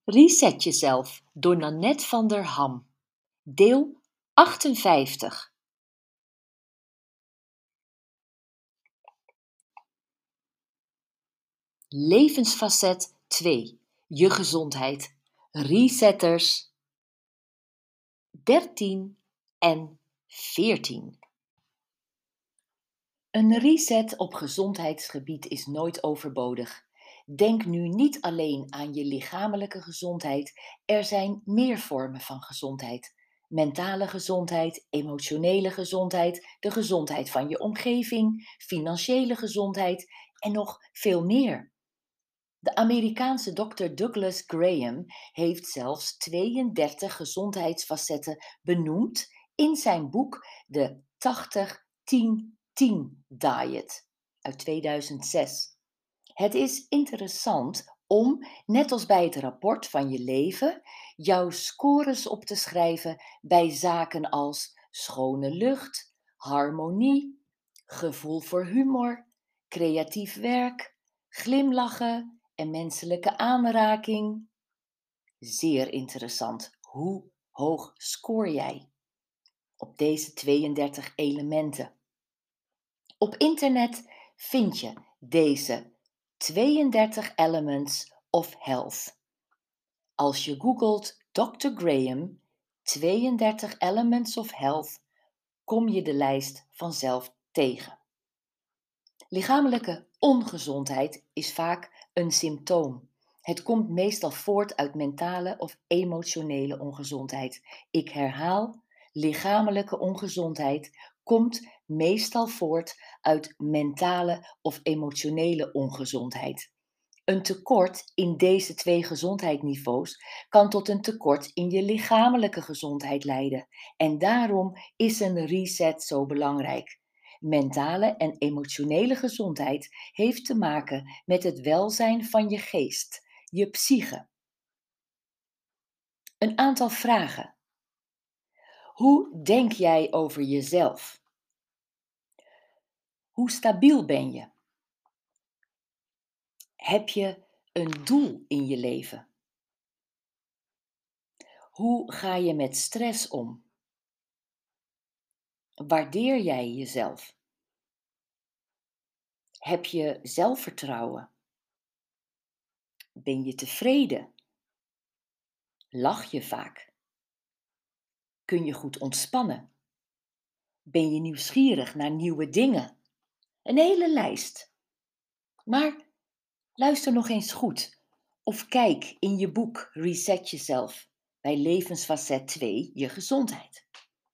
Reset jezelf door Nanette van der Ham. Deel 58. Levensfacet 2. Je gezondheid. Resetters 13 en 14. Een reset op gezondheidsgebied is nooit overbodig. Denk nu niet alleen aan je lichamelijke gezondheid, er zijn meer vormen van gezondheid. Mentale gezondheid, emotionele gezondheid, de gezondheid van je omgeving, financiële gezondheid en nog veel meer. De Amerikaanse dokter Douglas Graham heeft zelfs 32 gezondheidsfacetten benoemd in zijn boek de 80-10-10 Diet uit 2006. Het is interessant om, net als bij het rapport van je leven, jouw scores op te schrijven bij zaken als schone lucht, harmonie, gevoel voor humor, creatief werk, glimlachen en menselijke aanraking. Zeer interessant. Hoe hoog scoor jij op deze 32 elementen? Op internet vind je deze 32 Elements of Health. Als je googelt Dr. Graham 32 Elements of Health, kom je de lijst vanzelf tegen. Lichamelijke ongezondheid is vaak een symptoom. Het komt meestal voort uit mentale of emotionele ongezondheid. Ik herhaal, lichamelijke ongezondheid komt meestal voort uit mentale of emotionele ongezondheid. Een tekort in deze twee gezondheidsniveaus kan tot een tekort in je lichamelijke gezondheid leiden. En daarom is een reset zo belangrijk. Mentale en emotionele gezondheid heeft te maken met het welzijn van je geest, je psyche. Een aantal vragen. Hoe denk jij over jezelf? Hoe stabiel ben je? Heb je een doel in je leven? Hoe ga je met stress om? Waardeer jij jezelf? Heb je zelfvertrouwen? Ben je tevreden? Lach je vaak? Kun je goed ontspannen? Ben je nieuwsgierig naar nieuwe dingen? Een hele lijst. Maar luister nog eens goed of kijk in je boek Reset Jezelf bij levensfacet 2 je gezondheid.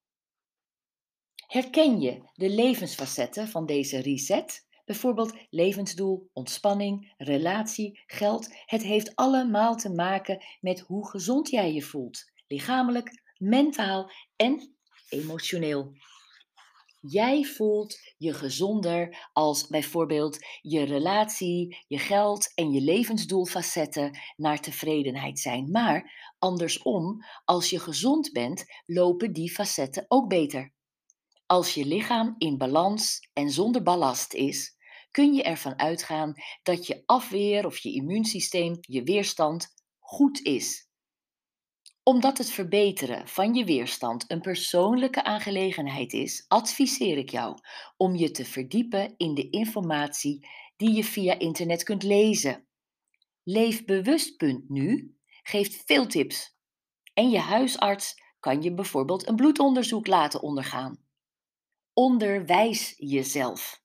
Herken je de levensfacetten van deze reset? Bijvoorbeeld levensdoel, ontspanning, relatie, geld. Het heeft allemaal te maken met hoe gezond jij je voelt. Lichamelijk, mentaal en emotioneel. Jij voelt je gezonder als bijvoorbeeld je relatie, je geld en je levensdoelfacetten naar tevredenheid zijn. Maar andersom, als je gezond bent, lopen die facetten ook beter. Als je lichaam in balans en zonder ballast is, kun je ervan uitgaan dat je afweer of je immuunsysteem, je weerstand, goed is. Omdat het verbeteren van je weerstand een persoonlijke aangelegenheid is, adviseer ik jou om je te verdiepen in de informatie die je via internet kunt lezen. Leefbewust.nu geeft veel tips. En je huisarts kan je bijvoorbeeld een bloedonderzoek laten ondergaan. Onderwijs jezelf.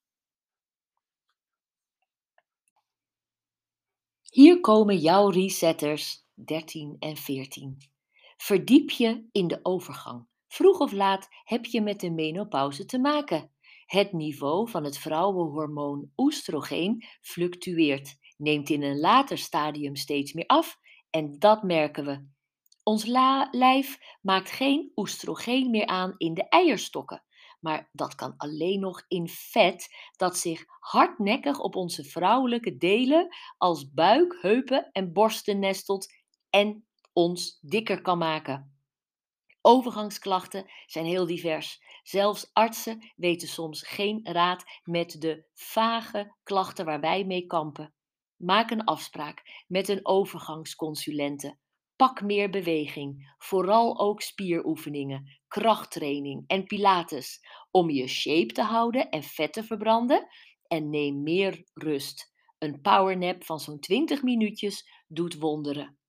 Hier komen jouw resetters 13 en 14. Verdiep je in de overgang. Vroeg of laat heb je met de menopauze te maken. Het niveau van het vrouwenhormoon oestrogeen fluctueert, neemt in een later stadium steeds meer af en dat merken we. Ons lijf maakt geen oestrogeen meer aan in de eierstokken, maar dat kan alleen nog in vet dat zich hardnekkig op onze vrouwelijke delen als buik, heupen en borsten nestelt en ons dikker kan maken. Overgangsklachten zijn heel divers. Zelfs artsen weten soms geen raad met de vage klachten waar wij mee kampen. Maak een afspraak met een overgangsconsulente. Pak meer beweging, vooral ook spieroefeningen, krachttraining en pilates, om je shape te houden en vet te verbranden. En neem meer rust. Een powernap van zo'n 20 minuutjes doet wonderen.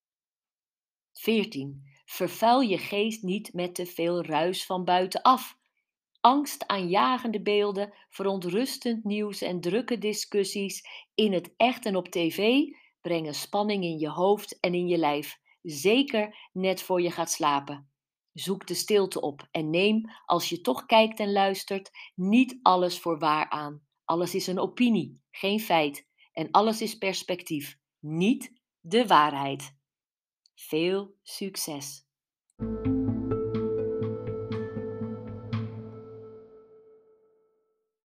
14. Vervuil je geest niet met te veel ruis van buitenaf. Angstaanjagende beelden, verontrustend nieuws en drukke discussies in het echt en op tv brengen spanning in je hoofd en in je lijf, zeker net voor je gaat slapen. Zoek de stilte op en neem, als je toch kijkt en luistert, niet alles voor waar aan. Alles is een opinie, geen feit. En alles is perspectief, niet de waarheid. Veel succes!